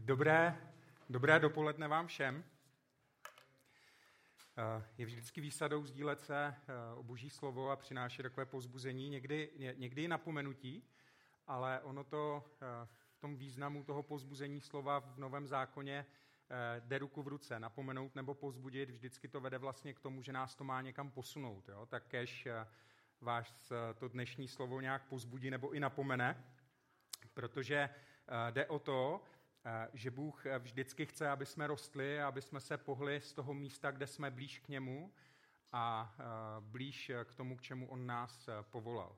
Dobré dopoledne vám všem. Je vždycky výsadou sdílet se o Boží slovo a přinášet takové povzbuzení, někdy i napomenutí, ale ono to v tom významu toho povzbuzení slova v Novém zákoně jde ruku v ruce. Napomenout nebo povzbudit, vždycky to vede vlastně k tomu, že nás to má někam posunout. Jo? Tak kéž vás to dnešní slovo nějak povzbudí nebo i napomene, protože jde o to, že Bůh vždycky chce, aby jsme rostli, aby jsme se pohli z toho místa, kde jsme blíž k němu a blíž k tomu, k čemu on nás povolal.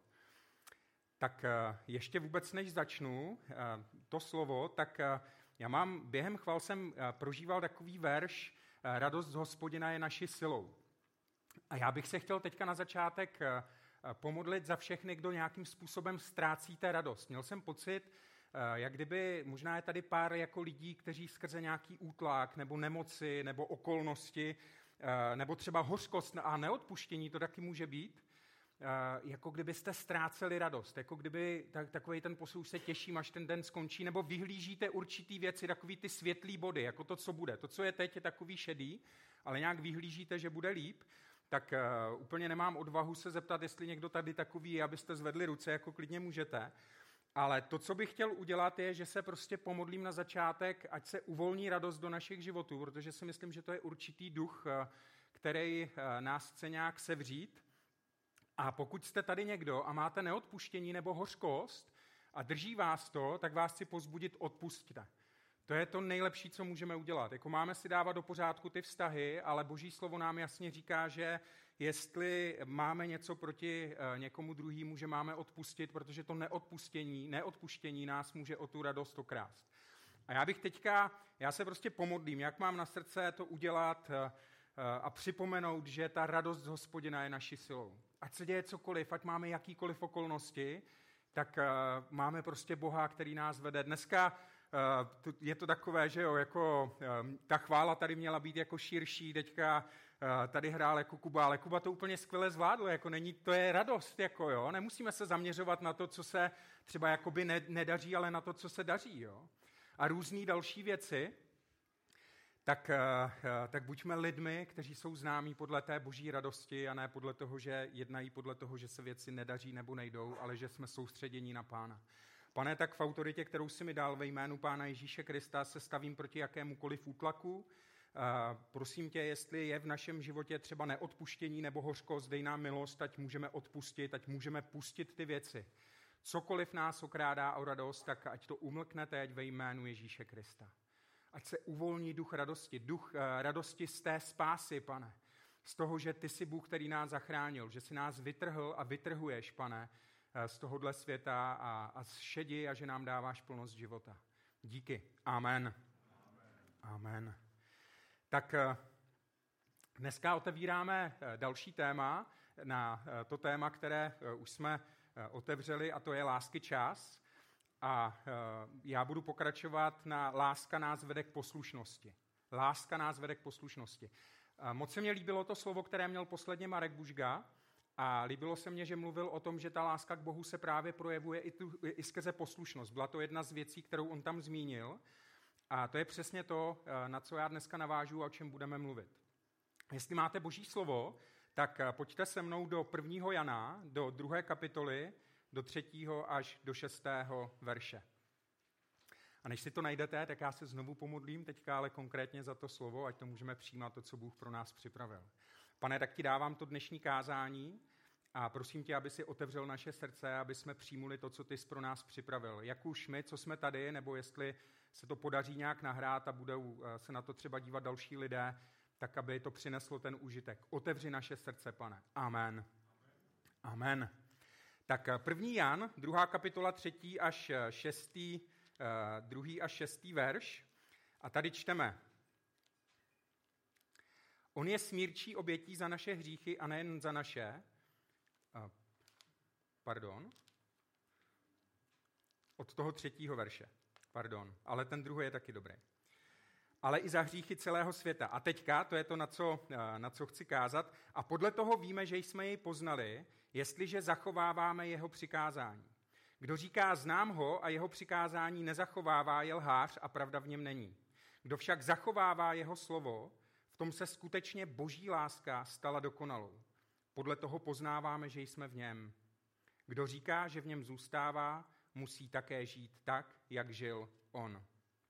Tak ještě vůbec než začnu to slovo, tak já mám během chval jsem prožíval takový verš Radost z Hospodina je naší silou. A já bych se chtěl teďka na začátek pomodlit za všechny, kdo nějakým způsobem ztrácíte radost. Měl jsem pocit, jak kdyby možná je tady pár jako lidí, kteří skrze nějaký útlak nebo nemoci nebo okolnosti nebo třeba hořkost a neodpuštění, to taky může být, jako kdybyste ztráceli radost, jako kdyby takový ten posud se těším, až ten den skončí, nebo vyhlížíte určitý věci, takový ty světlý body, jako to, co bude. To, co je teď, je takový šedý, ale nějak vyhlížíte, že bude líp, tak úplně nemám odvahu se zeptat, jestli někdo tady takový je, abyste zvedli ruce, jako klidně můžete. Ale to, co bych chtěl udělat, je, že se prostě pomodlím na začátek, ať se uvolní radost do našich životů, protože si myslím, že to je určitý duch, který nás chce nějak sevřít. A pokud jste tady někdo a máte neodpuštění nebo hořkost a drží vás to, tak vás chci povzbudit, odpusťte. To je to nejlepší, co můžeme udělat. Jako máme si dávat do pořádku ty vztahy, ale Boží slovo nám jasně říká, že jestli máme něco proti někomu druhému, že máme odpustit, protože to neodpuštění nás může o tu radost okrást. A já se prostě pomodlím, jak mám na srdce to udělat a připomenout, že ta radost z Hospodina je naší silou. Ať se děje cokoliv, ať máme jakýkoliv okolnosti, tak máme prostě Boha, který nás vede. Dneska je to takové, že jo, jako ta chvála tady měla být jako širší, teďka tady hrál jako Kuba, ale Kuba to úplně skvěle zvládl, jako to je radost, jako jo, nemusíme se zaměřovat na to, co se třeba jakoby nedaří, ale na to, co se daří, jo. A různý další věci, tak buďme lidmi, kteří jsou známí podle té boží radosti a ne podle toho, že jednají podle toho, že se věci nedaří nebo nejdou, ale že jsme soustředění na Pána. Pane, tak v autoritě, kterou jsi mi dal ve jménu Pána Ježíše Krista, se stavím proti jakémukoliv útlaku. Prosím tě, jestli je v našem životě třeba neodpuštění nebo hořkost, dej nám milost, ať můžeme odpustit, ať můžeme pustit ty věci. Cokoliv nás okrádá o radost, tak ať to umlkne teď ve jménu Ježíše Krista. Ať se uvolní duch radosti z té spásy, Pane. Z toho, že ty jsi Bůh, který nás zachránil, že jsi nás vytrhl a vytrhuješ, Pane, z tohohle světa a z šedi a že nám dáváš plnost života. Díky. Amen. Amen. Tak dneska otevíráme další téma na to téma, které už jsme otevřeli, a to je lásky čas. A já budu pokračovat na láska nás vede k poslušnosti. Láska nás vede k poslušnosti. Moc se mně líbilo to slovo, které měl posledně Marek Bužga, a líbilo se mně, že mluvil o tom, že ta láska k Bohu se právě projevuje i skrze poslušnost. Byla to jedna z věcí, kterou on tam zmínil. A to je přesně to, na co já dneska navážu a o čem budeme mluvit. Jestli máte Boží slovo, tak pojďte se mnou do 1. Jana, do 2. kapitoly, do 3. až do 6. verše. A než si to najdete, tak já se znovu pomodlím teďka, ale konkrétně za to slovo, ať to můžeme přijímat, to, co Bůh pro nás připravil. Pane, tak ti dávám to dnešní kázání a prosím tě, aby si otevřel naše srdce, aby jsme přijmuli to, co ty jsi pro nás připravil. Jak už my, co jsme tady, nebo jestli se to podaří nějak nahrát a budou se na to třeba dívat další lidé, tak aby to přineslo ten užitek. Otevři naše srdce, Pane. Amen. Amen. Tak 1. Jan, 2. kapitola, 3. až 6. 2. až 6. verš. A tady čteme. On je smírčí obětí za naše hříchy a nejen za naše. Od toho 3. verše. Ale ten druhý je taky dobrý. Ale i za hříchy celého světa. A teďka, to je to, na co chci kázat. A podle toho víme, že jsme jej poznali, jestliže zachováváme jeho přikázání. Kdo říká, znám ho a jeho přikázání nezachovává, je lhář a pravda v něm není. Kdo však zachovává jeho slovo, v tom se skutečně boží láska stala dokonalou. Podle toho poznáváme, že jsme v něm. Kdo říká, že v něm zůstává, musí také žít tak, jak žil on.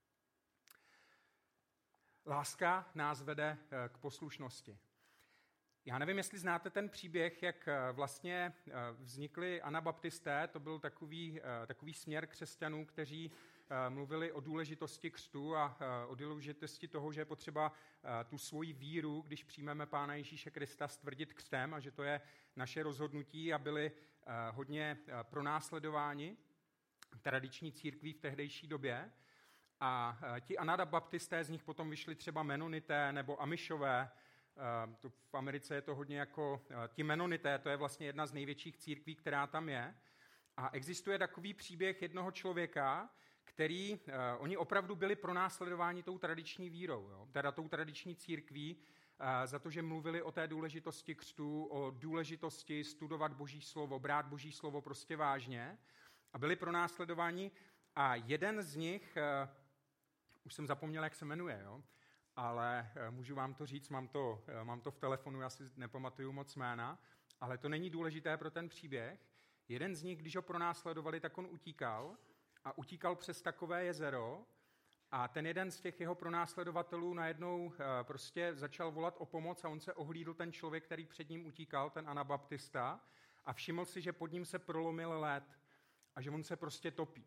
Láska nás vede k poslušnosti. Já nevím, jestli znáte ten příběh, jak vlastně vznikli anabaptisté. To byl takový směr křesťanů, kteří mluvili o důležitosti křtu a o důležitosti toho, že je potřeba tu svoji víru, když přijmeme Pána Ježíše Krista, stvrdit křtem a že to je naše rozhodnutí, a byli hodně pronásledováni tradiční církví v tehdejší době. A ti anabaptisté, z nich potom vyšli třeba Menonité nebo Amišové. V Americe je to hodně jako ti Menonité, to je vlastně jedna z největších církví, která tam je. A existuje takový příběh jednoho člověka, oni opravdu byli pronásledováni tou tradiční vírou, jo? Teda tou tradiční církví, za to, že mluvili o té důležitosti křtu, o důležitosti studovat Boží slovo, brát Boží slovo prostě vážně. A byli pronásledováni a jeden z nich, už jsem zapomněl, jak se jmenuje, jo? Ale můžu vám to říct, mám to v telefonu, já si nepamatuju moc jména, ale to není důležité pro ten příběh. Jeden z nich, když ho pronásledovali, tak on utíkal přes takové jezero a ten jeden z těch jeho pronásledovatelů najednou prostě začal volat o pomoc a on se ohlídl, ten člověk, který před ním utíkal, ten anabaptista, a všiml si, že pod ním se prolomil led a že on se prostě topí.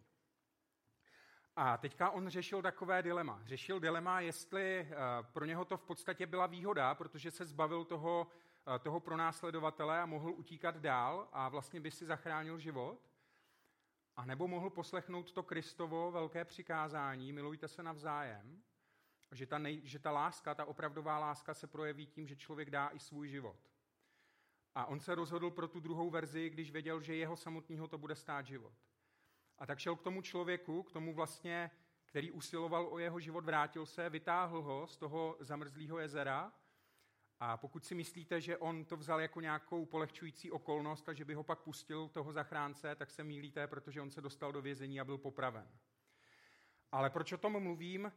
A teďka on řešil takové dilema. Řešil dilema, jestli pro něho to v podstatě byla výhoda, protože se zbavil toho pronásledovatele a mohl utíkat dál a vlastně by si zachránil život. A nebo mohl poslechnout to Kristovo velké přikázání, milujte se navzájem, že ta láska, ta opravdová láska se projeví tím, že člověk dá i svůj život. A on se rozhodl pro tu druhou verzi, když věděl, že jeho samotného to bude stát život. A tak šel k tomu člověku, k tomu vlastně, který usiloval o jeho život, vrátil se, vytáhl ho z toho zamrzlého jezera. A pokud si myslíte, že on to vzal jako nějakou polehčující okolnost a že by ho pak pustil toho zachránce, tak se mýlíte, protože on se dostal do vězení a byl popraven. Ale proč o tom mluvím?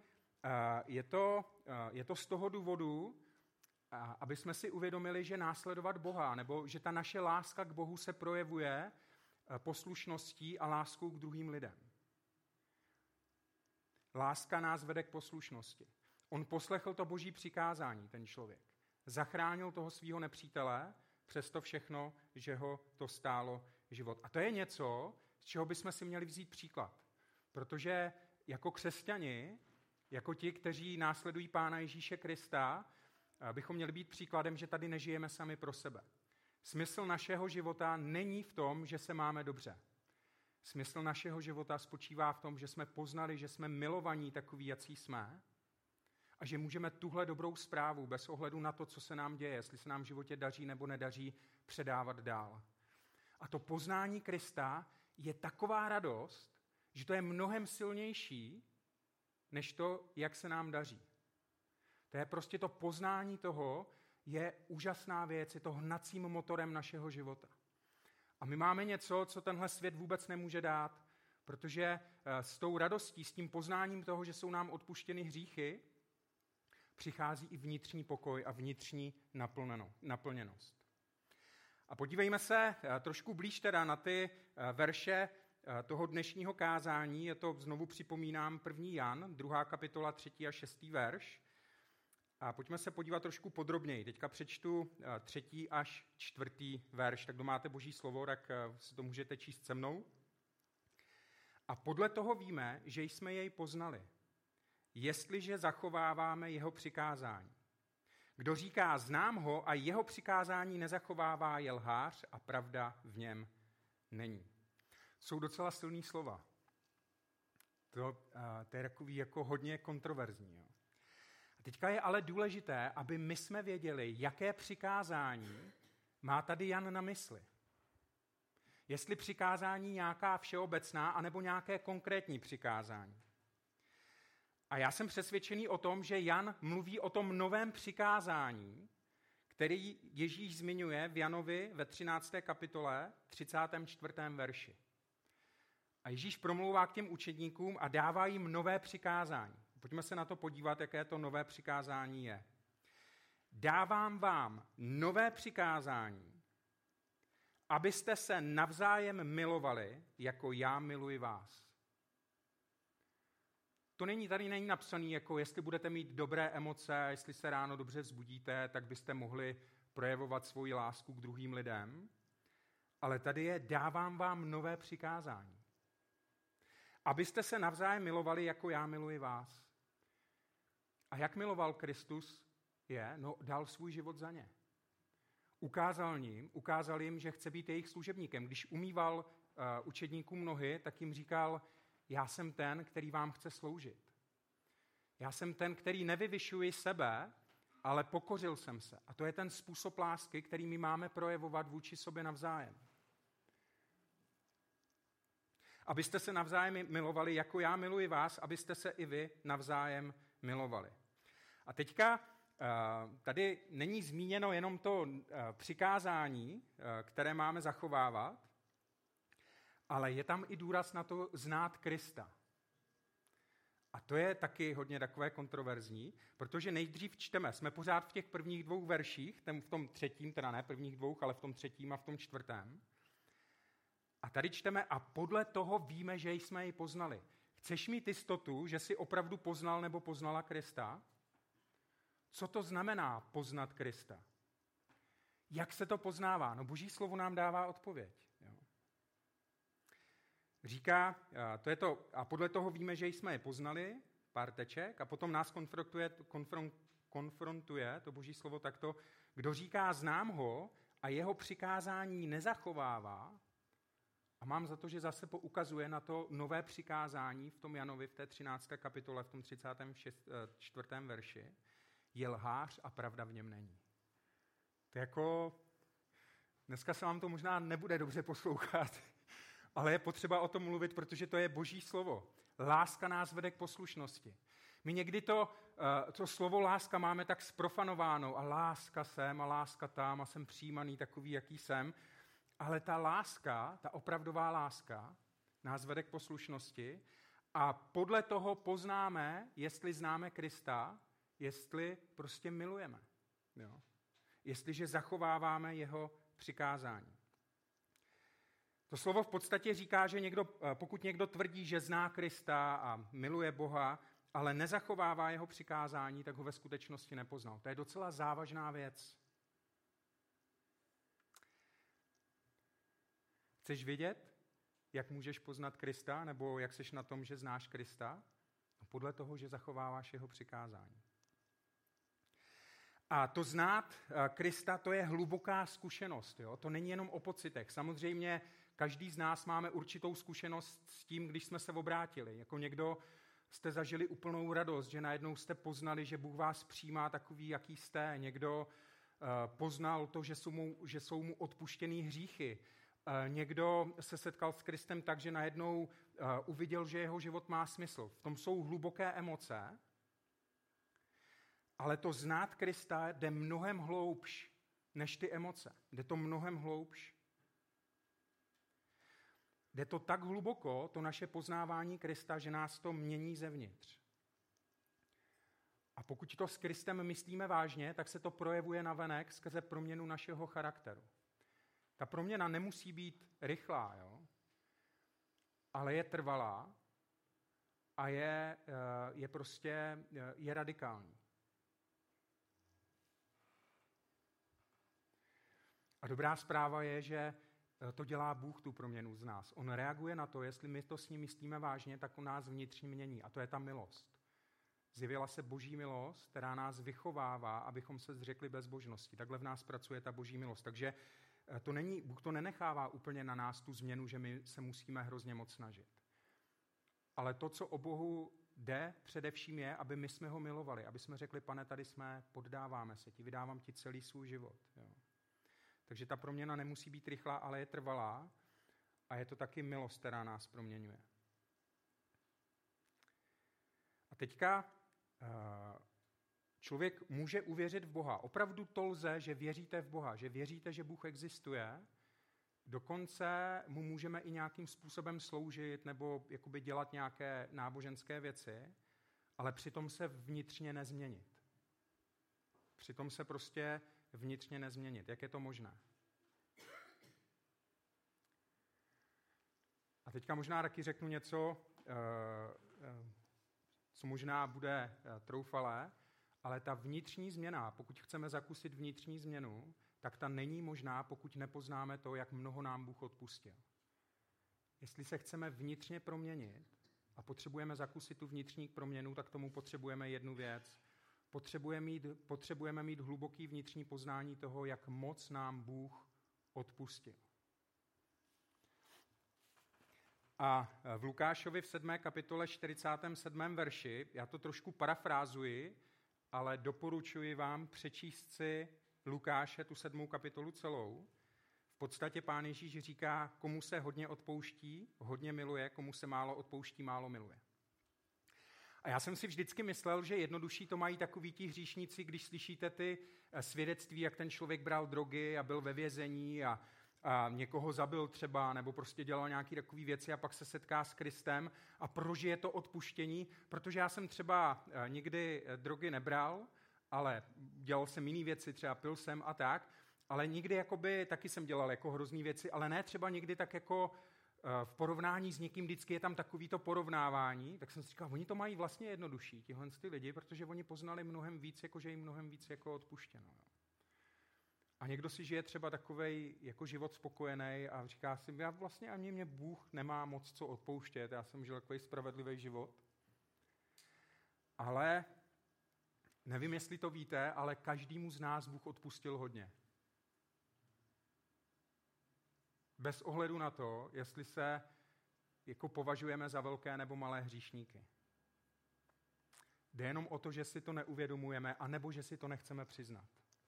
Je to z toho důvodu, aby jsme si uvědomili, že následovat Boha, nebo že ta naše láska k Bohu se projevuje poslušností a láskou k druhým lidem. Láska nás vede k poslušnosti. On poslechl to Boží přikázání, ten člověk. Zachránil toho svého nepřítele, přesto všechno, že ho to stálo život. A to je něco, z čeho bychom si měli vzít příklad. Protože jako křesťani, jako ti, kteří následují Pána Ježíše Krista, bychom měli být příkladem, že tady nežijeme sami pro sebe. Smysl našeho života není v tom, že se máme dobře. Smysl našeho života spočívá v tom, že jsme poznali, že jsme milovaní takoví, jací jsme, a že můžeme tuhle dobrou zprávu bez ohledu na to, co se nám děje, jestli se nám v životě daří nebo nedaří, předávat dál. A to poznání Krista je taková radost, že to je mnohem silnější, než to, jak se nám daří. To je prostě to poznání toho, je úžasná věc, je to hnacím motorem našeho života. A my máme něco, co tenhle svět vůbec nemůže dát, protože s tou radostí, s tím poznáním toho, že jsou nám odpuštěny hříchy, přichází i vnitřní pokoj a vnitřní naplněnost. A podívejme se trošku blíž teda na ty verše toho dnešního kázání. Je to, znovu připomínám, 1. Jan, 2. kapitola, 3. a 6. verš. A pojďme se podívat trošku podrobněji. Teďka přečtu 3. až 4. verš. Tak kdo máte Boží slovo, tak si to můžete číst se mnou. A podle toho víme, že jsme jej poznali, jestliže zachováváme jeho přikázání. Kdo říká, znám ho a jeho přikázání nezachovává, je lhář a pravda v něm není. Jsou docela silný slova. To je takový jako hodně kontroverzní. Jo. A teďka je ale důležité, aby my jsme věděli, jaké přikázání má tady Jan na mysli. Jestli přikázání nějaká všeobecná, anebo nějaké konkrétní přikázání. A já jsem přesvědčený o tom, že Jan mluví o tom novém přikázání, který Ježíš zmiňuje v Janovi ve 13. kapitole, 34. verši. A Ježíš promlouvá k těm učedníkům a dává jim nové přikázání. Pojďme se na to podívat, jaké to nové přikázání je. Dávám vám nové přikázání, abyste se navzájem milovali, jako já miluji vás. Tady není napsaný, jako jestli budete mít dobré emoce, jestli se ráno dobře vzbudíte, tak byste mohli projevovat svoji lásku k druhým lidem. Ale tady je, dávám vám nové přikázání. Abyste se navzájem milovali, jako já miluji vás. A jak miloval Kristus je? No, dal svůj život za ně. Ukázal jim, že chce být jejich služebníkem. Když umýval učedníkům nohy, tak jim říkal, já jsem ten, který vám chce sloužit. Já jsem ten, který nevyvyšuji sebe, ale pokořil jsem se. A to je ten způsob lásky, který my máme projevovat vůči sobě navzájem. Abyste se navzájem milovali, jako já miluji vás, abyste se i vy navzájem milovali. A teďka tady není zmíněno jenom to přikázání, které máme zachovávat, ale je tam i důraz na to znát Krista. A to je taky hodně takové kontroverzní, protože nejdřív čteme, jsme pořád v těch prvních 2 verších, v tom třetím, teda ne prvních 2, ale v tom třetím a v tom čtvrtém. A tady čteme, a podle toho víme, že jsme ji poznali. Chceš mít jistotu, že jsi opravdu poznal nebo poznala Krista? Co to znamená poznat Krista? Jak se to poznává? No, Boží slovo nám dává odpověď. Jo. Říká, to je to, a podle toho víme, že jsme je poznali, pár teček, a potom nás konfrontuje to Boží slovo takto, kdo říká, znám ho a jeho přikázání nezachovává, a mám za to, že zase poukazuje na to nové přikázání v tom Janovi, v té 13. kapitole, v tom 34. verši, je lhář a pravda v něm není. To jako, dneska se vám to možná nebude dobře poslouchat, ale je potřeba o tom mluvit, protože to je Boží slovo. Láska nás vede k poslušnosti. My někdy to slovo láska máme tak sprofanováno a láska sem a láska tam a jsem přijímaný takový, jaký jsem, ale ta láska, ta opravdová láska nás vede k poslušnosti a podle toho poznáme, jestli známe Krista, jestli prostě milujeme. Jo? Jestliže zachováváme jeho přikázání. To slovo v podstatě říká, že pokud někdo tvrdí, že zná Krista a miluje Boha, ale nezachovává jeho přikázání, tak ho ve skutečnosti nepoznal. To je docela závažná věc. Chceš vědět, jak můžeš poznat Krista, nebo jak seš na tom, že znáš Krista? No podle toho, že zachováváš jeho přikázání. A to znát Krista, to je hluboká zkušenost. Jo? To není jenom o pocitech. Samozřejmě každý z nás máme určitou zkušenost s tím, když jsme se obrátili. Jako někdo jste zažili úplnou radost, že najednou jste poznali, že Bůh vás přijímá takový, jaký jste. Někdo poznal to, že jsou mu odpuštěný hříchy. Někdo se setkal s Kristem tak, že najednou uviděl, že jeho život má smysl. V tom jsou hluboké emoce, ale to znát Krista jde mnohem hloubš než ty emoce. Jde to mnohem hloubš. Jde to tak hluboko, to naše poznávání Krista, že nás to mění zevnitř. A pokud to s Kristem myslíme vážně, tak se to projevuje navenek skrze proměnu našeho charakteru. Ta proměna nemusí být rychlá, jo? Ale je trvalá a je radikální. A dobrá zpráva je, že to dělá Bůh tu proměnu z nás. On reaguje na to, jestli my to s ním myslíme vážně, tak on nás vnitřně mění. A to je ta milost. Zjevila se Boží milost, která nás vychovává, abychom se zřekli bezbožnosti. Takhle v nás pracuje ta Boží milost. Takže Bůh to nenechává úplně na nás tu změnu, že my se musíme hrozně moc snažit. Ale to, co o Bohu jde, především je, aby my jsme ho milovali. Aby jsme řekli, Pane, tady jsme, poddáváme se ti, vydávám ti celý svůj život. Jo. Takže ta proměna nemusí být rychlá, ale je trvalá a je to taky milost, která nás proměňuje. A teďka člověk může uvěřit v Boha. Opravdu to lze, že věříte v Boha, že věříte, že Bůh existuje, Dokonce mu můžeme i nějakým způsobem sloužit nebo jakoby dělat nějaké náboženské věci, ale přitom se vnitřně nezměnit. Přitom se prostě vnitřně nezměnit. Jak je to možné? A teďka možná taky řeknu něco, co možná bude troufalé, ale ta vnitřní změna, pokud chceme zakusit vnitřní změnu, tak ta není možná, pokud nepoznáme to, jak mnoho nám Bůh odpustil. Jestli se chceme vnitřně proměnit a potřebujeme zakusit tu vnitřní proměnu, tak tomu potřebujeme jednu věc. Potřebujeme mít hluboký vnitřní poznání toho, jak moc nám Bůh odpustil. A v Lukášovi v 7. kapitole 47. verši, já to trošku parafrázuji, ale doporučuji vám přečíst si Lukáše, tu 7. kapitolu celou. V podstatě Pán Ježíš říká, komu se hodně odpouští, hodně miluje, komu se málo odpouští, málo miluje. A já jsem si vždycky myslel, že jednodušší to mají takoví ti hříšníci, když slyšíte ty svědectví, jak ten člověk bral drogy a byl ve vězení a někoho zabil třeba, nebo prostě dělal nějaké takové věci a pak se setká s Kristem a prožije to odpuštění, protože já jsem třeba nikdy drogy nebral, ale dělal jsem jiné věci, třeba pil jsem a tak, ale nikdy jakoby, taky jsem dělal jako hrozný věci, ale ne třeba někdy tak jako v porovnání s někým, vždycky je tam takovýto porovnávání, tak jsem si říkal, oni to mají vlastně jednodušší, tihle ty lidi, protože oni poznali mnohem víc, jako že jim mnohem víc jako odpuštěno. Jo. A někdo si žije třeba takovej jako život spokojený a říká si, já vlastně ani mě Bůh nemá moc co odpouštět, já jsem žil takový spravedlivý život. Ale nevím, jestli to víte, ale každému z nás Bůh odpustil hodně. Bez ohledu na to, jestli se jako považujeme za velké nebo malé hříšníky. Jde jenom o to, že si to neuvědomujeme, anebo že si to nechceme přiznat.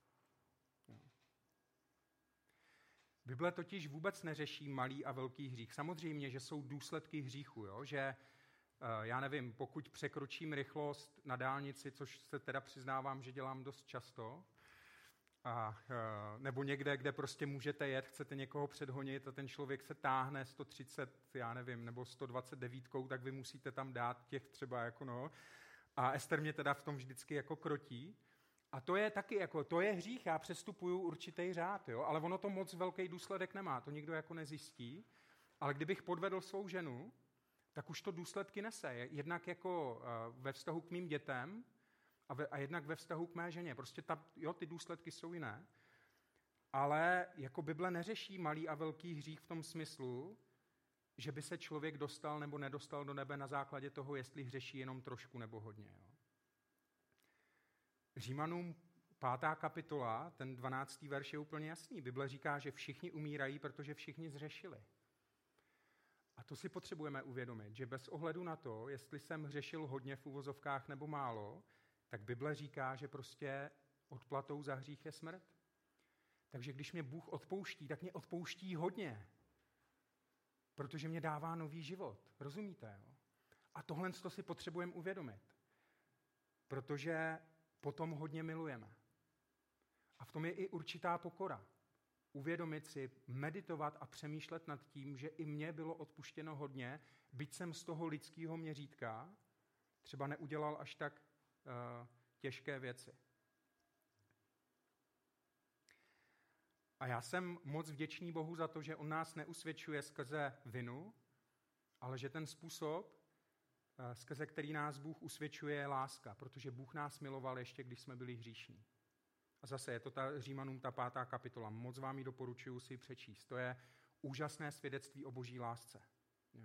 Bible totiž vůbec neřeší malý a velký hřích. Samozřejmě, že jsou důsledky hříchu, jo? Že já nevím, pokud překročím rychlost na dálnici, což se teda přiznávám, že dělám dost často, nebo někde, kde prostě můžete jet, chcete někoho předhonit a ten člověk se táhne 130, já nevím, nebo 129, tak vy musíte tam dát těch třeba jako no. A Ester mě teda v tom vždycky jako krotí. A to je taky jako, to je hřích, já přestupuju určitý řád, jo? Ale ono to moc velký důsledek nemá, to nikdo jako nezjistí. Ale kdybych podvedl svou ženu, tak už to důsledky nese. Jednak jako ve vztahu k mým dětem a jednak ve vztahu k mé ženě. Prostě ty důsledky jsou jiné. Ale jako Bible neřeší malý a velký hřích v tom smyslu, že by se člověk dostal nebo nedostal do nebe na základě toho, jestli hřeší jenom trošku nebo hodně. Jo? Římanům 5. kapitola, ten 12. verš je úplně jasný. Bible říká, že všichni umírají, protože všichni zřešili. A to si potřebujeme uvědomit, že bez ohledu na to, jestli jsem hřešil hodně v uvozovkách nebo málo, tak Bible říká, že prostě odplatou za hřích je smrt. Takže když mě Bůh odpouští, tak mě odpouští hodně. Protože mě dává nový život. Rozumíte? Jo? A tohle si potřebujeme uvědomit. Protože potom hodně milujeme. A v tom je i určitá pokora. Uvědomit si, meditovat a přemýšlet nad tím, že i mně bylo odpuštěno hodně, byť jsem z toho lidského měřítka třeba neudělal až tak těžké věci. A já jsem moc vděčný Bohu za to, že on nás neusvědčuje skrze vinu, ale že ten způsob, skrze který nás Bůh usvědčuje, je láska, protože Bůh nás miloval ještě, když jsme byli hříšní. A zase je to Římanům ta 5. kapitola. Moc vám ji doporučuji si přečíst. To je úžasné svědectví o boží lásce. Jo?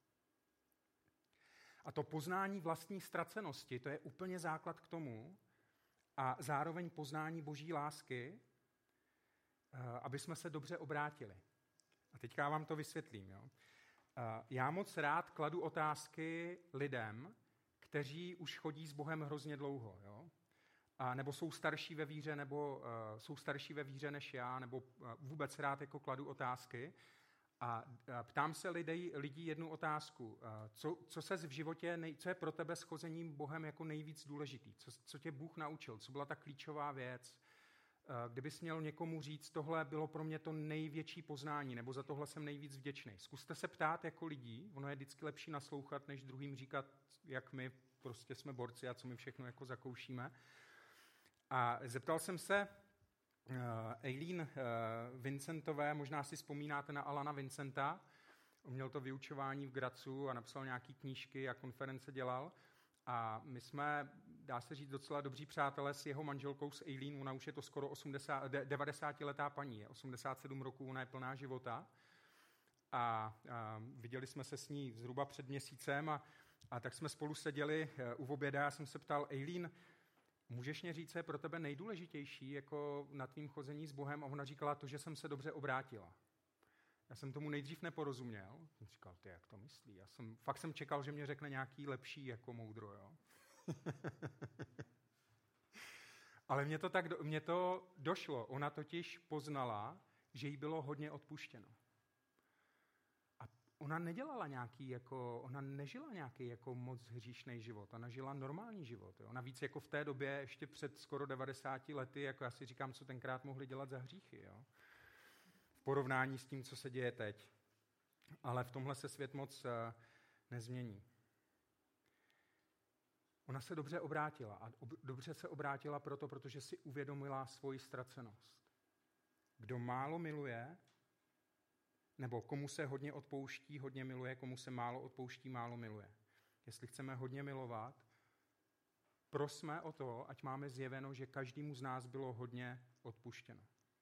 A to poznání vlastní ztracenosti, to je úplně základ k tomu a zároveň poznání boží lásky, aby jsme se dobře obrátili. A teďka vám to vysvětlím. Jo? Já moc rád kladu otázky lidem, kteří už chodí s Bohem hrozně dlouho. Jo? Nebo jsou starší ve víře, nebo jsou starší ve víře než já, nebo vůbec rád jako kladu otázky. A ptám se lidí jednu otázku. Co ses v životě, co je pro tebe s chozením Bohem jako nejvíc důležitý? Co tě Bůh naučil? Co byla ta klíčová věc? kdybys měl někomu říct, tohle bylo pro mě to největší poznání, nebo za tohle jsem nejvíc vděčný. Zkuste se ptát jako lidí, ono je vždycky lepší naslouchat, než druhým říkat, jak my prostě jsme borci a co my všechno jako zakoušíme. A zeptal jsem se Eileen Vincentové, možná si vzpomínáte na Alana Vincenta, měl to vyučování v Grazu a napsal nějaký knížky a konference dělal. A my jsme, dá se říct, docela dobří přátelé s jeho manželkou, s Eileen, ona už je to skoro 90letá paní, je 87 roků, ona je plná života. A viděli jsme se s ní zhruba před měsícem a tak jsme spolu seděli u oběda. Já jsem se ptal, Eileen, můžeš mě říct, co je pro tebe nejdůležitější jako na tvým chození s Bohem? A ona říkala to, že jsem se dobře obrátila. Já jsem tomu nejdřív neporozuměl. Jsem říkal, ty jak to myslí? Fakt jsem čekal, že mě řekne nějaký lepší jako moudro, jo. Ale mně to došlo. Ona totiž poznala, že jí bylo hodně odpuštěno. A ona nežila nějaký jako moc hříšný život. Ona žila normální život. Jo. Navíc jako v té době, ještě před skoro 90 lety, jako já si říkám, co tenkrát mohli dělat za hříchy, jo. V porovnání s tím, co se děje teď. Ale v tomhle se svět moc nezmění. Ona se dobře obrátila a dobře se obrátila protože si uvědomila svoji ztracenost. Kdo málo miluje, nebo komu se hodně odpouští, hodně miluje, komu se málo odpouští, málo miluje. Jestli chceme hodně milovat, prosme o to, ať máme zjeveno, že každému z nás bylo hodně odpuštěno.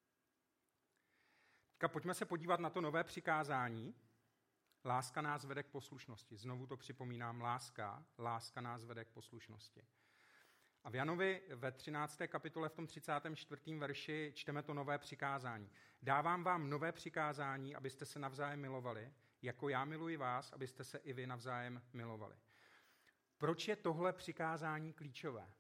Teďka pojďme se podívat na to nové přikázání. Láska nás vede k poslušnosti. Znovu to připomínám, láska nás vede k poslušnosti. A v Janovi ve 13. kapitole v tom 34. verši čteme to nové přikázání. Dávám vám nové přikázání, abyste se navzájem milovali, jako já miluji vás, abyste se i vy navzájem milovali. Proč je tohle přikázání klíčové?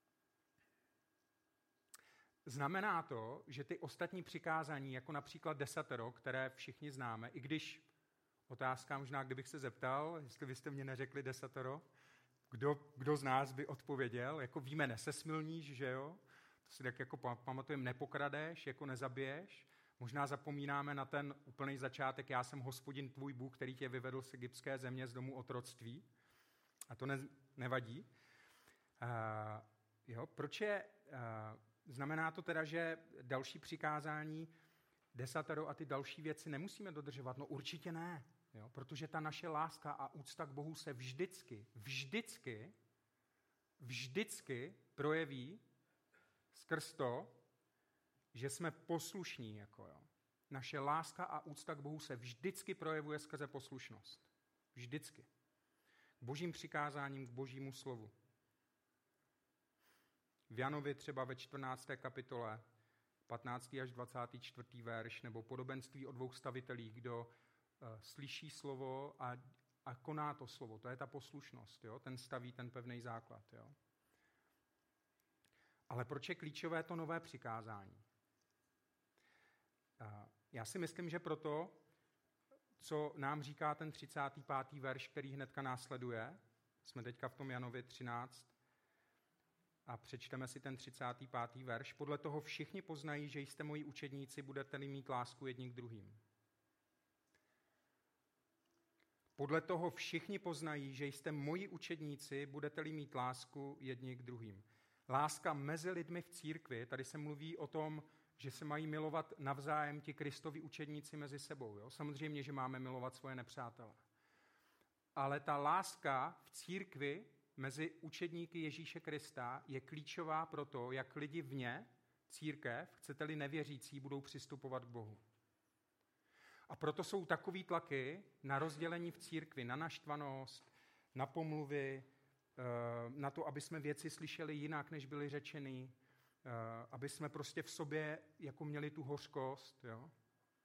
Znamená to, že ty ostatní přikázání, jako například 10, které všichni známe, i když otázka možná, kdybych se zeptal, jestli byste mě neřekli 10, kdo z nás by odpověděl, jako víme, nesesmilníš, že jo? To si tak jako pamatujeme, nepokradeš, jako nezabiješ. Možná zapomínáme na ten úplný začátek, já jsem Hospodin tvůj Bůh, který tě vyvedl z egyptské země, z domu otroctví. A to nevadí. Proč je... Znamená to teda, že další přikázání, 10 a ty další věci nemusíme dodržovat? No určitě ne, jo? Protože ta naše láska a úcta k Bohu se vždycky projeví skrz to, že jsme poslušní. Jo? Naše láska a úcta k Bohu se vždycky projevuje skrze poslušnost. Vždycky. K božím přikázáním, k božímu slovu. V Janovi třeba ve 14. kapitole, 15. až 24. verš, nebo podobenství o 2 stavitelích, kdo slyší slovo a koná to slovo. To je ta poslušnost, jo? Ten staví ten pevný základ. Jo? Ale proč je klíčové to nové přikázání? Já si myslím, že proto, co nám říká ten 35. verš, který hnedka následuje, jsme teďka v tom Janovi 13, a přečteme si ten 35. verš. Podle toho všichni poznají, že jste moji učedníci, budete-li mít lásku jedni k druhým. Podle toho všichni poznají, že jste moji učedníci, budete-li mít lásku jedni k druhým. Láska mezi lidmi v církvi, tady se mluví o tom, že se mají milovat navzájem ti Kristovi učedníci mezi sebou. Jo? Samozřejmě, že máme milovat svoje nepřátele. Ale ta láska v církvi mezi učedníky Ježíše Krista je klíčová pro to, jak lidi vně, církev, chcete-li nevěřící, budou přistupovat k Bohu. A proto jsou takový tlaky na rozdělení v církvi, na naštvanost, na pomluvy, na to, aby jsme věci slyšeli jinak, než byly řečeny, aby jsme prostě v sobě jako měli tu hořkost. Jo?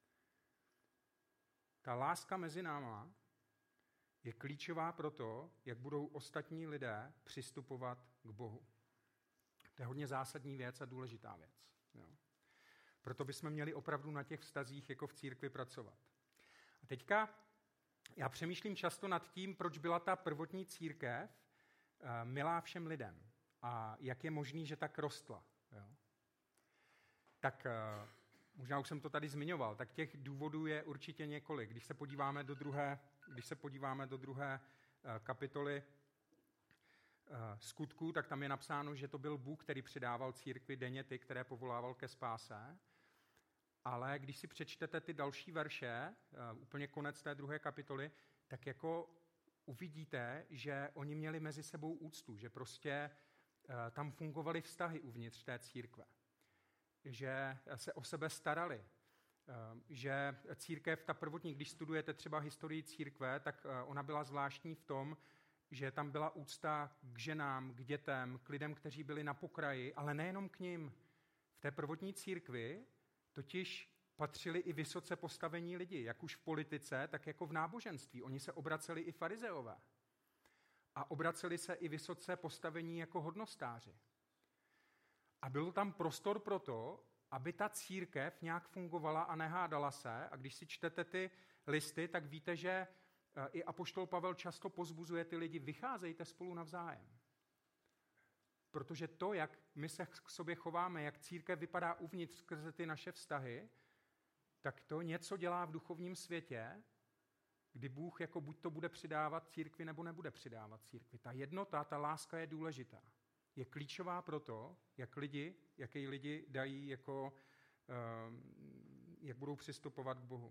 Ta láska mezi náma je klíčová pro to, jak budou ostatní lidé přistupovat k Bohu. To je hodně zásadní věc a důležitá věc. Jo. Proto bychom měli opravdu na těch vztazích jako v církvi pracovat. A teďka já přemýšlím často nad tím, proč byla ta prvotní církev milá všem lidem a jak je možný, že tak rostla. Jo. Tak možná už jsem to tady zmiňoval, tak těch důvodů je určitě několik. Když se podíváme do druhé kapitoly Skutků, tak tam je napsáno, že to byl Bůh, který přidával církvi denně ty, které povolával ke spáse. Ale když si přečtete ty další verše, úplně konec té druhé kapitoly, tak jako uvidíte, že oni měli mezi sebou úctu, že prostě tam fungovaly vztahy uvnitř té církve, že se o sebe starali, že církev, ta prvotní, když studujete třeba historii církve, tak ona byla zvláštní v tom, že tam byla úcta k ženám, k dětem, k lidem, kteří byli na pokraji, ale nejenom k nim. V té prvotní církvi totiž patřili i vysoce postavení lidi, jak už v politice, tak jako v náboženství. Oni se obraceli i farizeové. A obraceli se i vysoce postavení jako hodnostáři. A byl tam prostor pro to, aby ta církev nějak fungovala a nehádala se. A když si čtete ty listy, tak víte, že i apoštol Pavel často povzbuzuje ty lidi, vycházejte spolu navzájem. Protože to, jak my se k sobě chováme, jak církev vypadá uvnitř skrze ty naše vztahy, tak to něco dělá v duchovním světě, kdy Bůh jako buď to bude přidávat církvi, nebo nebude přidávat církvi. Ta jednota, ta láska je důležitá. Je klíčová pro to, jaký lidi dají, jak budou přistupovat k Bohu.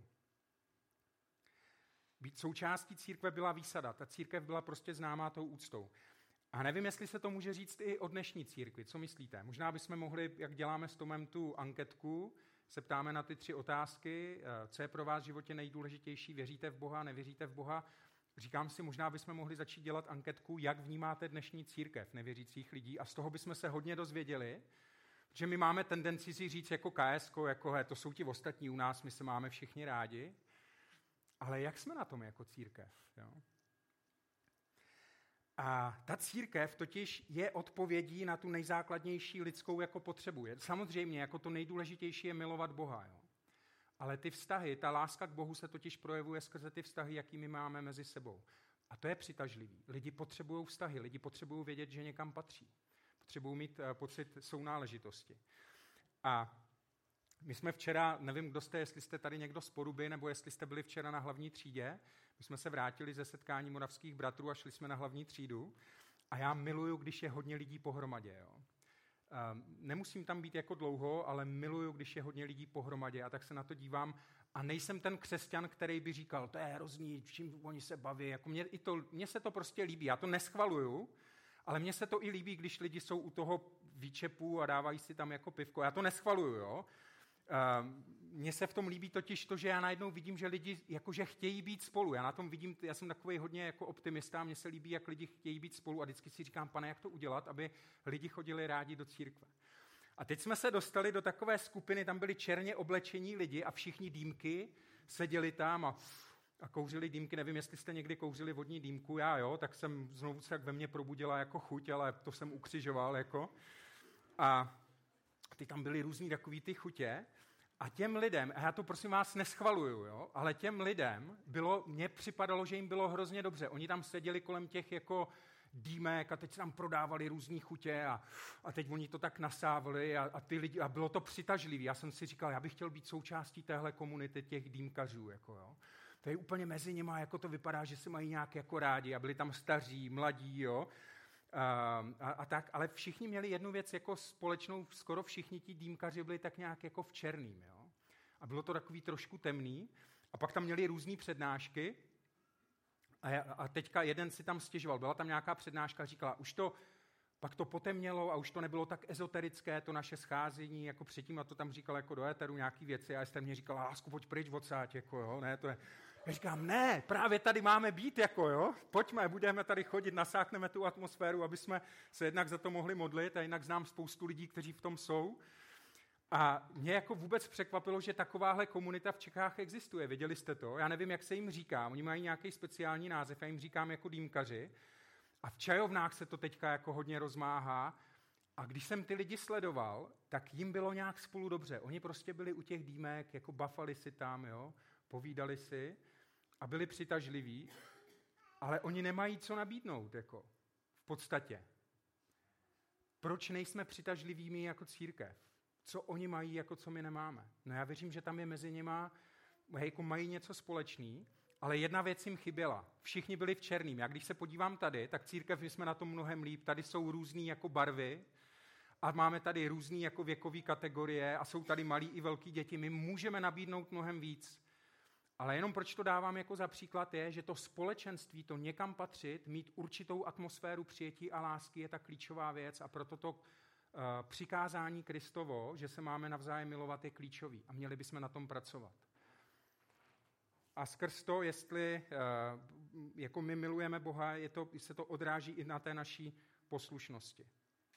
Být součástí církve byla výsada. Ta církev byla prostě známá tou úctou. A nevím, jestli se to může říct i o dnešní církvi. Co myslíte? Možná bychom mohli, jak děláme s Tomem tu anketku, se ptáme na ty 3 otázky. Co je pro vás v životě nejdůležitější? Věříte v Boha, nevěříte v Boha? Říkám si, možná bychom mohli začít dělat anketku, jak vnímáte dnešní církev nevěřících lidí, a z toho bychom se hodně dozvěděli, protože my máme tendenci si říct jako KSko, jako to jsou ti ostatní u nás, my se máme všichni rádi, ale jak jsme na tom jako církev? Jo? A ta církev totiž je odpovědí na tu nejzákladnější lidskou jako potřebu. Samozřejmě jako to nejdůležitější je milovat Boha. Jo? Ale ty vztahy, ta láska k Bohu se totiž projevuje skrze ty vztahy, jakými máme mezi sebou. A to je přitažlivý. Lidi potřebují vztahy, lidi potřebují vědět, že někam patří. Potřebují mít pocit sounáležitosti. A my jsme včera, nevím, kdo jste, jestli jste tady někdo z Poruby, nebo jestli jste byli včera na hlavní třídě, my jsme se vrátili ze setkání moravských bratrů a šli jsme na hlavní třídu. A já miluju, když je hodně lidí pohromadě. Jo. Nemusím tam být jako dlouho, ale miluju, když je hodně lidí pohromadě, a tak se na to dívám a nejsem ten křesťan, který by říkal, to je hrozný, čím oni se baví, jako mně se to prostě líbí, já to neschvaluju, ale mně se to i líbí, když lidi jsou u toho výčepu a dávají si tam jako pivko, já to neschvaluju, jo. Mně se v tom líbí totiž to, že já najednou vidím, že lidi jakože chtějí být spolu. Já na tom vidím, já jsem takový hodně jako optimista, mně se líbí, jak lidi chtějí být spolu a vždycky si říkám, Pane, jak to udělat, aby lidi chodili rádi do církve. A teď jsme se dostali do takové skupiny, tam byli černě oblečení lidi a všichni dýmky seděli tam a kouřili dýmky. Nevím, jestli jste někdy kouřili vodní dýmku, já jo, tak jsem znovu se ve mně probudila jako chuť, ale to jsem ukřižoval jako. A ty tam byly různý takový ty chutě. A těm lidem, a já to prosím vás neschvaluju, jo, ale těm lidem mně připadalo, že jim bylo hrozně dobře. Oni tam seděli kolem těch jako dýmek a teď se tam prodávali různý chutě a teď oni to tak nasávali a ty lidi, a bylo to přitažlivý. Já jsem si říkal, já bych chtěl být součástí téhle komunity těch dýmkařů, jako jo. To je úplně mezi nimi, jako to vypadá, že se mají nějak jako rádi a byli tam staří, mladí, jo. A tak, ale všichni měli jednu věc jako společnou, skoro všichni ti dýmkaři byli tak nějak jako v černým, jo. A bylo to takový trošku temný. A pak tam měli různý přednášky a teďka jeden si tam stěžoval. Byla tam nějaká přednáška a říkala, pak to potemnělo a už to nebylo tak ezoterické, to naše scházení, jako předtím, a to tam říkal jako do éteru nějaký věci a jste mě říkala, lásku, pojď pryč odsáď, jako jo, ne, to je. Já říkám, ne, právě tady máme být, jako jo, pojďme, budeme tady chodit, nasákneme tu atmosféru, aby jsme se jednak za to mohli modlit a jinak znám spoustu lidí, kteří v tom jsou. A mě jako vůbec překvapilo, že takováhle komunita v Čechách existuje, věděli jste to? Já nevím, jak se jim říká, oni mají nějaký speciální název, já jim říkám jako dýmkaři. A v čajovnách se to teďka jako hodně rozmáhá. A když jsem ty lidi sledoval, tak jim bylo nějak spolu dobře. Oni prostě byli u těch dýmek, jako bafali si tam, jo, povídali si a byli přitažliví, ale oni nemají co nabídnout, jako v podstatě. Proč nejsme přitažlivými jako církev? co oni mají, jako co my nemáme. No já věřím, že tam je mezi nima, jako mají něco společný, ale jedna věc jim chyběla. Všichni byli v černým. Já když se podívám tady, tak církev, my jsme na tom mnohem líp. Tady jsou různý jako barvy a máme tady různý jako věkové kategorie a jsou tady malí i velký děti. My můžeme nabídnout mnohem víc. Ale jenom proč to dávám jako za příklad je, že to společenství, to někam patřit, mít určitou atmosféru přijetí a lásky je ta klíčová věc a proto to přikázání Kristovo, že se máme navzájem milovat, je klíčový a měli bychom na tom pracovat. A skrz to, jestli jako my milujeme Boha, se to odráží i na té naší poslušnosti.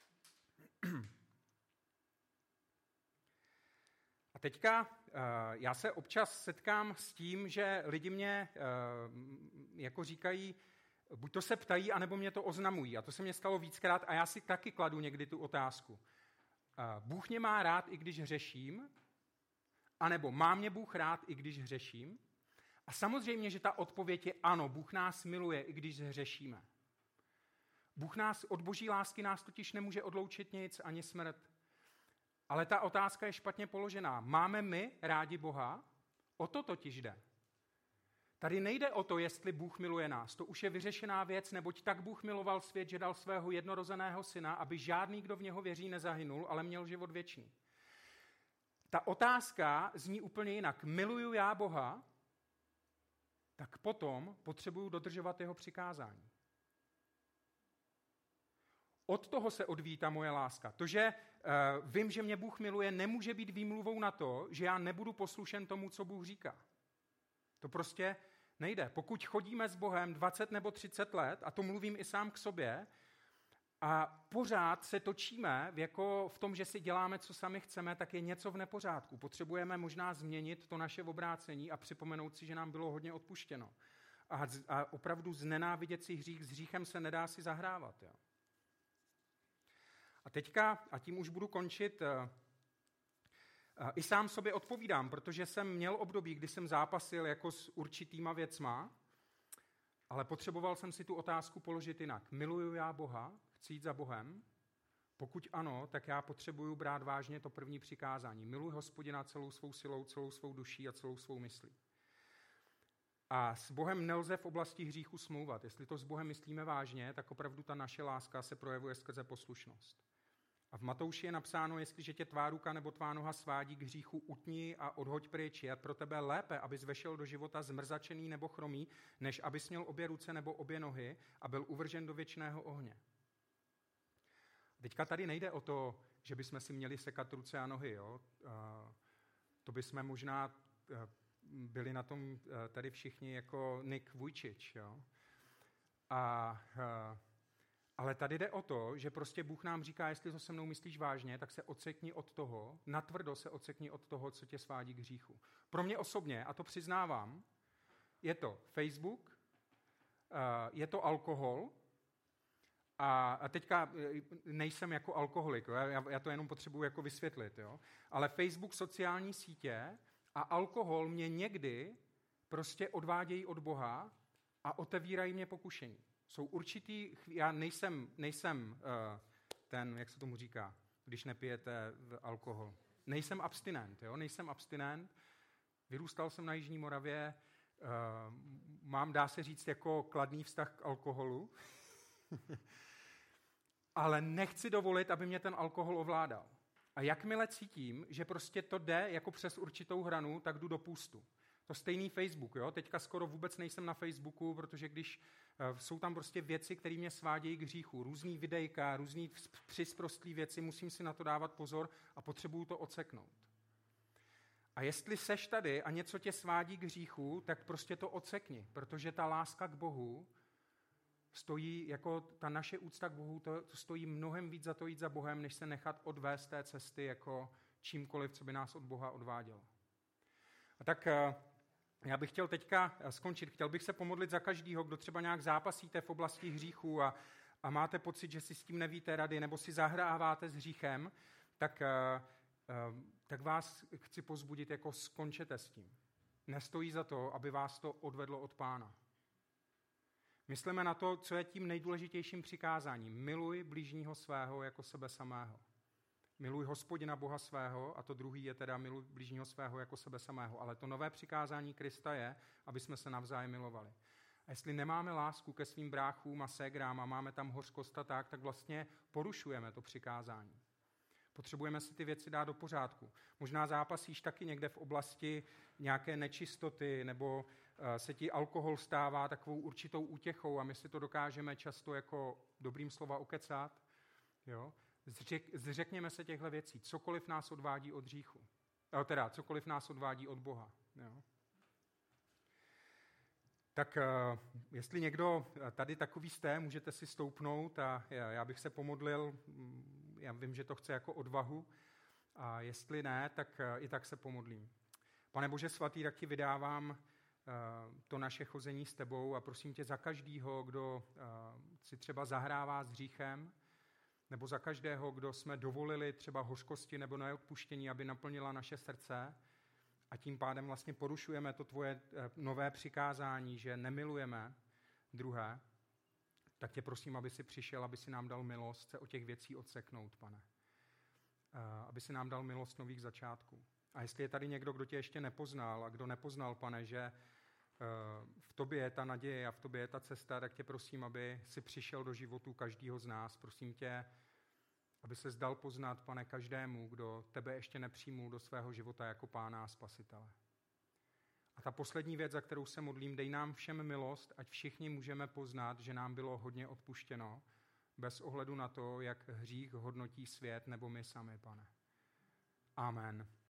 A teďka já se občas setkám s tím, že lidi mě jako říkají, buď to se ptají, anebo mě to oznamují. A to se mně stalo víckrát a já si taky kladu někdy tu otázku. Bůh mě má rád, i když hřeším? Anebo má mě Bůh rád, i když hřeším? A samozřejmě, že ta odpověď je ano, Bůh nás miluje, i když hřešíme. Bůh nás, od boží lásky nás totiž nemůže odloučit nic, ani smrt. Ale ta otázka je špatně položená. Máme my rádi Boha? O to totiž jde. Tady nejde o to, jestli Bůh miluje nás. To už je vyřešená věc, neboť tak Bůh miloval svět, že dal svého jednorozeného syna, aby žádný, kdo v něho věří, nezahynul, ale měl život věčný. Ta otázka zní úplně jinak. Miluju já Boha, tak potom potřebuju dodržovat jeho přikázání. Od toho se odvíjí ta moje láska. To, že vím, že mě Bůh miluje, nemůže být výmluvou na to, že já nebudu poslušen tomu, co Bůh říká. To prostě nejde. Pokud chodíme s Bohem 20 nebo 30 let, a to mluvím i sám k sobě, a pořád se točíme v tom, že si děláme, co sami chceme, tak je něco v nepořádku. Potřebujeme možná změnit to naše obrácení a připomenout si, že nám bylo hodně odpuštěno. A opravdu znenávidět si hřích, s hříchem se nedá si zahrávat. Jo. A teďka, a tím už budu končit, i sám sobě odpovídám, protože jsem měl období, kdy jsem zápasil jako s určitýma věcma, ale potřeboval jsem si tu otázku položit jinak. Miluju já Boha? Chci jít za Bohem? Pokud ano, tak já potřebuju brát vážně to první přikázání. Miluj Hospodina celou svou silou, celou svou duší a celou svou myslí. A s Bohem nelze v oblasti hříchu smlouvat. Jestli to s Bohem myslíme vážně, tak opravdu ta naše láska se projevuje skrze poslušnost. A v Matouši je napsáno, jestliže tě tvá ruka nebo tvá noha svádí k hříchu, utni a odhoď pryč. Je pro tebe lépe, abys vešel do života zmrzačený nebo chromý, než abys měl obě ruce nebo obě nohy a byl uvržen do věčného ohně. Teďka tady nejde o to, že bychom si měli sekat ruce a nohy. Jo? To bychom možná byli na tom tady všichni jako Nick Vujčič. Jo? Ale tady jde o to, že prostě Bůh nám říká, jestli to se mnou myslíš vážně, tak se odsekni od toho, natvrdo se odsekni od toho, co tě svádí k hříchu. Pro mě osobně, a to přiznávám, je to Facebook, je to alkohol, a teďka nejsem jako alkoholik, jo? Já to jenom potřebuji jako vysvětlit, jo? Ale Facebook, sociální sítě a alkohol mě někdy prostě odvádějí od Boha a otevírají mě pokušení. Jsou určitý, já nejsem ten, jak se tomu říká, když nepijete alkohol. Nejsem abstinent, jo? Nejsem abstinent. Vyrůstal jsem na Jižní Moravě, mám, dá se říct, jako kladný vztah k alkoholu, ale nechci dovolit, aby mě ten alkohol ovládal. A jakmile cítím, že prostě to jde jako přes určitou hranu, tak jdu do půstu. To stejný Facebook, jo? Teďka skoro vůbec nejsem na Facebooku, protože když jsou tam prostě věci, které mě svádějí k hříchu, různý videjka, různý přisprostlý věci, musím si na to dávat pozor a potřebuju to odseknout. A jestli seš tady a něco tě svádí k hříchu, tak prostě to odsekni, protože ta láska k Bohu stojí, jako ta naše úcta k Bohu, to stojí mnohem víc za to jít za Bohem, než se nechat odvést té cesty jako čímkoliv, co by nás od Boha odvádělo. A tak já bych chtěl teďka skončit. Chtěl bych se pomodlit za každýho, kdo třeba nějak zápasíte v oblasti hříchů a máte pocit, že si s tím nevíte rady, nebo si zahráváte s hříchem, tak vás chci pozbudit, jako skončete s tím. Nestojí za to, aby vás to odvedlo od Pána. Myslíme na to, co je tím nejdůležitějším přikázáním. Miluj blížního svého jako sebe samého. Miluj Hospodina Boha svého, a to druhý je teda miluj blížního svého jako sebe samého. Ale to nové přikázání Krista je, aby jsme se navzájem milovali. A jestli nemáme lásku ke svým bráchům a ségrám a máme tam hořkost a tak vlastně porušujeme to přikázání. Potřebujeme si ty věci dát do pořádku. Možná zápasíš taky někde v oblasti nějaké nečistoty, nebo se ti alkohol stává takovou určitou útěchou a my si to dokážeme často jako dobrým slova okecat. Jo? Zřekněme se těchto věcí. Cokoliv nás odvádí od hříchu. Cokoliv nás odvádí od Boha. Jo? Tak jestli někdo tady takový jste, můžete si stoupnout a já bych se pomodlil. Já vím, že to chce jako odvahu. A jestli ne, tak i tak se pomodlím. Pane Bože svatý, tak ti vydávám to naše chození s tebou a prosím tě za každýho, kdo si třeba zahrává s hříchem, nebo za každého, kdo jsme dovolili třeba hořkosti nebo neodpuštění, aby naplnila naše srdce a tím pádem vlastně porušujeme to tvoje nové přikázání, že nemilujeme druhé, tak tě prosím, aby si přišel, aby si nám dal milost se o těch věcí odseknout, pane. Aby si nám dal milost nových začátků. A jestli je tady někdo, kdo tě ještě nepoznal a kdo nepoznal, pane, že v tobě je ta naděje a v tobě je ta cesta, tak tě prosím, aby si přišel do životu každého z nás. Prosím tě, aby se zdal poznat, pane, každému, kdo tebe ještě nepřijmul do svého života jako pána a spasitele. A ta poslední věc, za kterou se modlím, dej nám všem milost, ať všichni můžeme poznat, že nám bylo hodně odpuštěno, bez ohledu na to, jak hřích hodnotí svět nebo my sami, pane. Amen.